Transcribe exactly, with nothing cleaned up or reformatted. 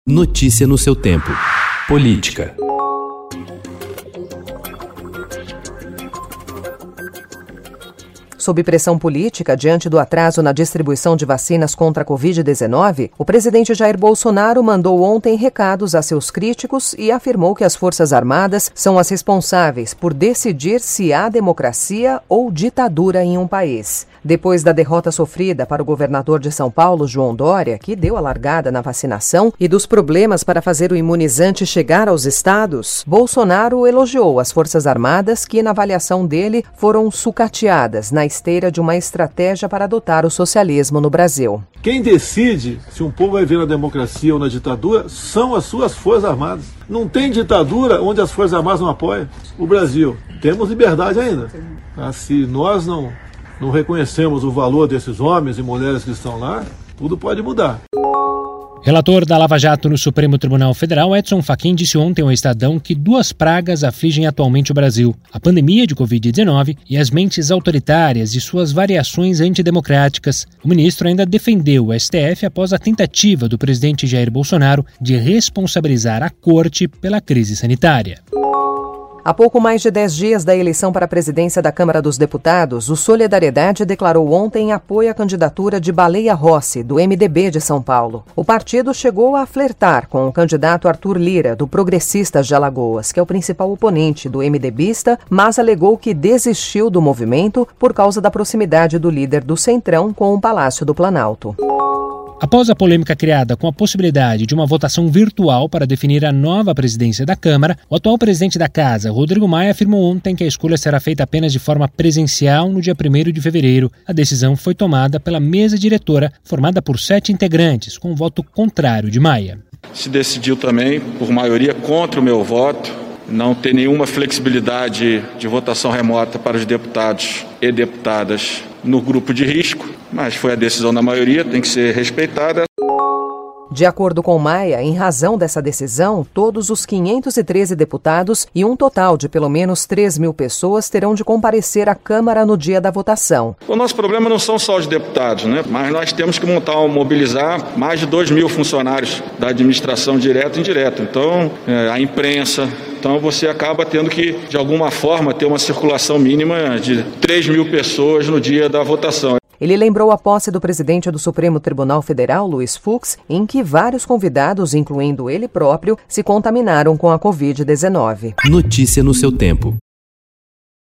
Notícia no seu tempo. Política. Sob pressão política, diante do atraso na distribuição de vacinas contra a covid dezenove, o presidente Jair Bolsonaro mandou ontem recados a seus críticos e afirmou que as Forças Armadas são as responsáveis por decidir se há democracia ou ditadura em um país. Depois da derrota sofrida para o governador de São Paulo, João Dória, que deu a largada na vacinação, e dos problemas para fazer o imunizante chegar aos estados, Bolsonaro elogiou as Forças Armadas que, na avaliação dele, foram sucateadas na esteira de uma estratégia para adotar o socialismo no Brasil. Quem decide se um povo vai ver na democracia ou na ditadura são as suas Forças Armadas. Não tem ditadura onde as Forças Armadas não apoiam. O Brasil, temos liberdade ainda. Ah, se nós não, não reconhecemos o valor desses homens e mulheres que estão lá, tudo pode mudar. Relator da Lava Jato no Supremo Tribunal Federal, Edson Fachin, disse ontem ao Estadão que duas pragas afligem atualmente o Brasil: a pandemia de covid dezenove e as mentes autoritárias e suas variações antidemocráticas. O ministro ainda defendeu o S T F após a tentativa do presidente Jair Bolsonaro de responsabilizar a corte pela crise sanitária. Há pouco mais de dez dias da eleição para a presidência da Câmara dos Deputados, o Solidariedade declarou ontem apoio à candidatura de Baleia Rossi, do M D B de São Paulo. O partido chegou a flertar com o candidato Arthur Lira, do Progressistas de Alagoas, que é o principal oponente do MDBista, mas alegou que desistiu do movimento por causa da proximidade do líder do Centrão com o Palácio do Planalto. Após a polêmica criada com a possibilidade de uma votação virtual para definir a nova presidência da Câmara, o atual presidente da Casa, Rodrigo Maia, afirmou ontem que a escolha será feita apenas de forma presencial no dia primeiro de fevereiro. A decisão foi tomada pela mesa diretora, formada por sete integrantes, com voto contrário de Maia. Se decidiu também, por maioria contra o meu voto, não ter nenhuma flexibilidade de votação remota para os deputados e deputadas no grupo de risco, mas foi a decisão da maioria, tem que ser respeitada. De acordo com Maia, em razão dessa decisão, todos os quinhentos e treze deputados e um total de pelo menos três mil pessoas terão de comparecer à Câmara no dia da votação. O nosso problema não são só os deputados, né? Mas nós temos que montar, mobilizar mais de dois mil funcionários da administração direta e indireta. Então, é, a imprensa. Então você acaba tendo que, de alguma forma, ter uma circulação mínima de três mil pessoas no dia da votação. Ele lembrou a posse do presidente do Supremo Tribunal Federal, Luiz Fux, em que vários convidados, incluindo ele próprio, se contaminaram com a covid dezenove. Notícia no seu tempo.